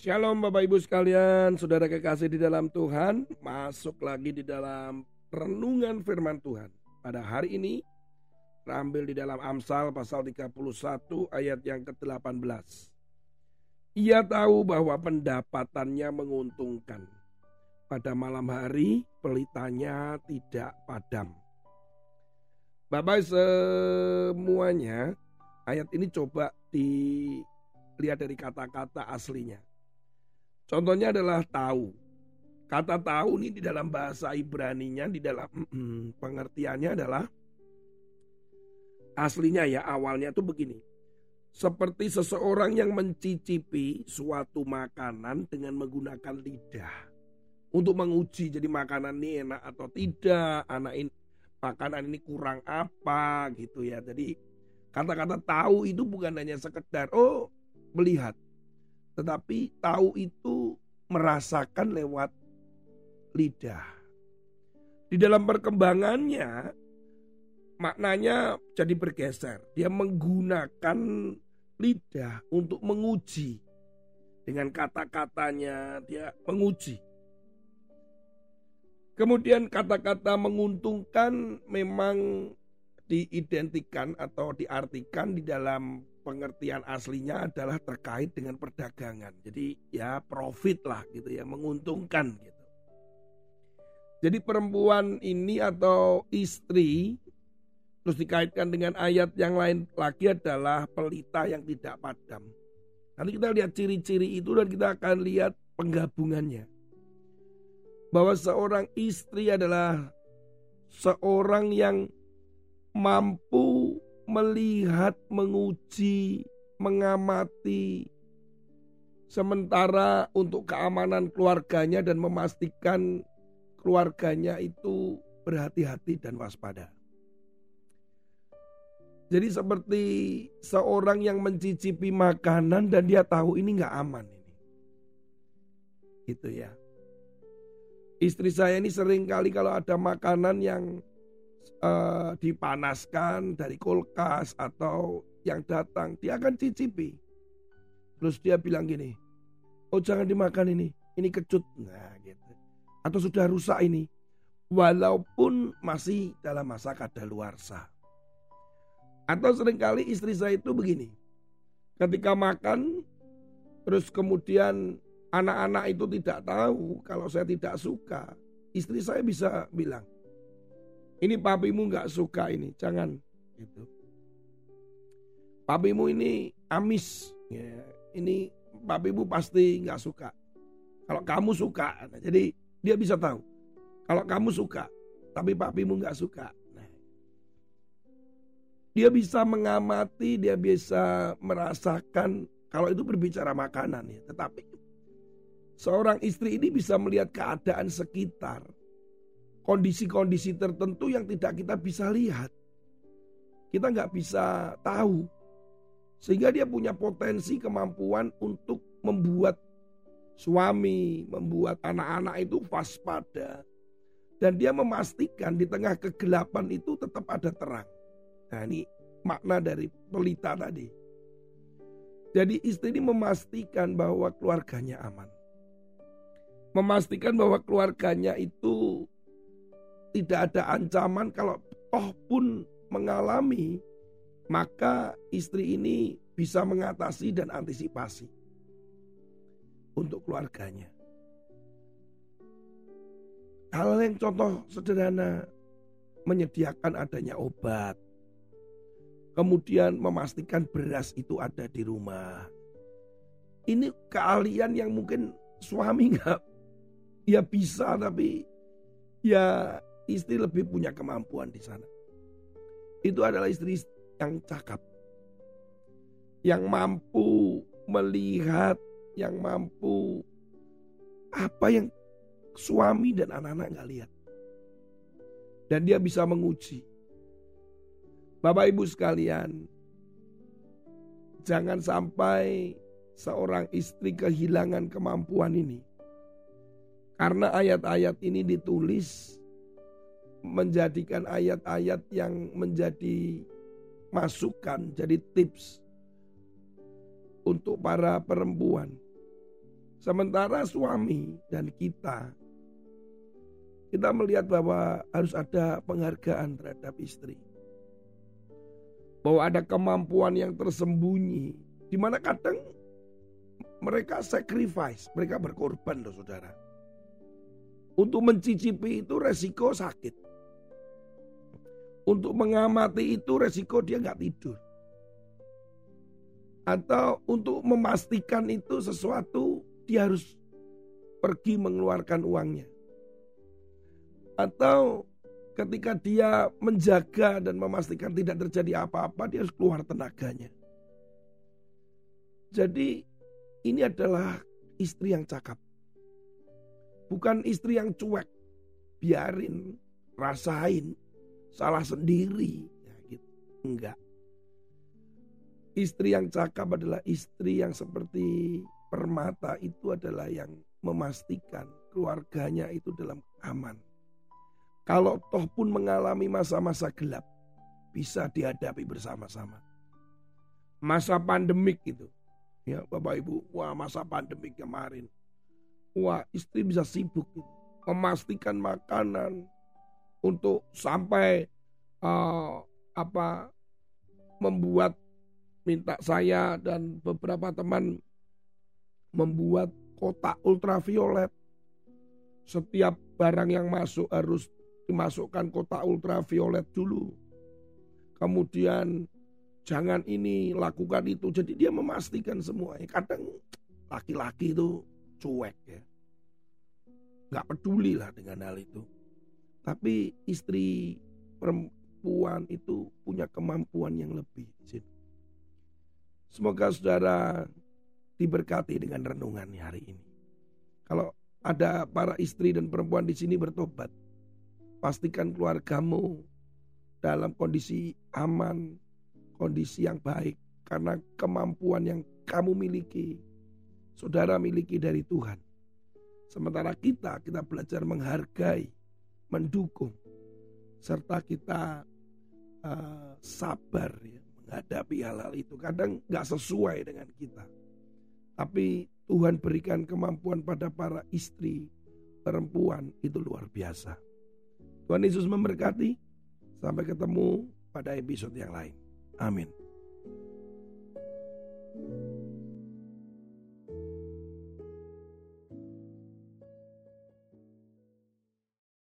Shalom Bapak Ibu sekalian, saudara kekasih di dalam Tuhan. Masuk lagi di dalam renungan firman Tuhan. Pada hari ini terambil di dalam Amsal pasal 31 ayat yang ke-18. Ia tahu bahwa pendapatannya menguntungkan. Pada malam hari pelitanya tidak padam. Bapak semuanya, ayat ini coba dilihat dari kata-kata aslinya. Contohnya adalah tahu. Kata tahu ini di dalam bahasa Ibraninya, di dalam pengertiannya adalah aslinya ya, awalnya tuh begini. Seperti seseorang yang mencicipi suatu makanan dengan menggunakan lidah. Untuk menguji jadi makanan ini enak atau tidak, makanan ini kurang apa gitu ya. Jadi kata-kata tahu itu bukan hanya sekedar melihat. Tetapi tahu itu merasakan lewat lidah. Di dalam perkembangannya maknanya jadi bergeser. Dia menggunakan lidah untuk menguji. Dengan kata-katanya dia menguji. Kemudian kata-kata menguntungkan memang diidentikan atau diartikan di dalam pengertian aslinya adalah terkait dengan perdagangan. Jadi ya profit lah gitu ya, menguntungkan gitu. Jadi perempuan ini atau istri terus dikaitkan dengan ayat yang lain lagi adalah pelita yang tidak padam. Nanti kita lihat ciri-ciri itu dan kita akan lihat penggabungannya. Bahwa seorang istri adalah seorang yang mampu melihat, menguji, mengamati. Sementara untuk keamanan keluarganya dan memastikan keluarganya itu berhati-hati dan waspada. Jadi seperti seorang yang mencicipi makanan dan dia tahu ini gak aman ini. Gitu ya. Istri saya ini sering kali kalau ada makanan yang dipanaskan dari kulkas atau yang datang, dia akan cicipi. Terus dia bilang gini, jangan dimakan ini kecut. Nah gitu. Atau sudah rusak ini. Walaupun masih dalam masa kadaluarsa. Atau seringkali istri saya itu begini. Ketika makan, terus kemudian anak-anak itu tidak tahu kalau saya tidak suka. Istri saya bisa bilang, ini papimu gak suka ini, jangan gitu. Papimu ini amis, ya, ini papimu pasti gak suka. Kalau kamu suka, jadi dia bisa tahu. Kalau kamu suka, tapi papimu gak suka. Nah, dia bisa mengamati, dia bisa merasakan kalau itu berbicara makanan ya. Tetapi seorang istri ini bisa melihat keadaan sekitar. Kondisi-kondisi tertentu yang tidak kita bisa lihat. Kita gak bisa tahu. Sehingga dia punya potensi kemampuan untuk membuat suami, membuat anak-anak itu waspada. Dan dia memastikan di tengah kegelapan itu tetap ada terang. Nah ini makna dari pelita tadi. Jadi istri ini memastikan bahwa keluarganya aman. Memastikan bahwa keluarganya itu tidak ada ancaman kalau toh pun mengalami, maka istri ini bisa mengatasi dan antisipasi untuk keluarganya. Hal yang contoh sederhana, menyediakan adanya obat. Kemudian memastikan beras itu ada di rumah. Ini keahlian yang mungkin suami gak ya bisa, tapi ya istri lebih punya kemampuan di sana. Itu adalah istri yang cakap, yang mampu melihat, yang mampu apa yang suami dan anak-anak gak lihat. Dan dia bisa menguji. Bapak Ibu sekalian, jangan sampai seorang istri kehilangan kemampuan ini. Karena ayat-ayat ini ditulis menjadikan ayat-ayat yang menjadi masukan, jadi tips untuk para perempuan. Sementara suami dan kita melihat bahwa harus ada penghargaan terhadap istri. Bahwa ada kemampuan yang tersembunyi, di mana kadang mereka sacrifice, mereka berkorban loh saudara. Untuk mencicipi itu resiko sakit. Untuk mengamati itu resiko dia nggak tidur. Atau untuk memastikan itu sesuatu, dia harus pergi mengeluarkan uangnya. Atau ketika dia menjaga dan memastikan tidak terjadi apa-apa, dia harus keluar tenaganya. Jadi ini adalah istri yang cakap. Bukan istri yang cuek. Biarin, rasain, salah sendiri. Ya, gitu. Enggak. Istri yang cakap adalah istri yang seperti permata, itu adalah yang memastikan keluarganya itu dalam aman. Kalau toh pun mengalami masa-masa gelap, bisa dihadapi bersama-sama. Masa pandemik itu, ya Bapak Ibu, wah masa pandemik kemarin, wah istri bisa sibuk gitu, memastikan makanan untuk sampai membuat, minta saya dan beberapa teman membuat kotak ultraviolet. Setiap barang yang masuk harus dimasukkan kotak ultraviolet dulu. Kemudian jangan ini, lakukan itu. Jadi dia memastikan semuanya. Kadang laki-laki itu cuek ya. Gak peduli lah dengan hal itu. Tapi istri perempuan itu punya kemampuan yang lebih di sini. Semoga saudara diberkati dengan renungan hari ini. Kalau ada para istri dan perempuan di sini bertobat, pastikan keluargamu dalam kondisi aman, kondisi yang baik, karena kemampuan yang kamu miliki, saudara miliki dari Tuhan. Sementara kita belajar menghargai, mendukung, serta kita sabar ya, menghadapi hal-hal itu. Kadang gak sesuai dengan kita, tapi Tuhan berikan kemampuan pada para istri, perempuan, itu luar biasa. Tuhan Yesus memberkati. Sampai ketemu pada episode yang lain. Amin.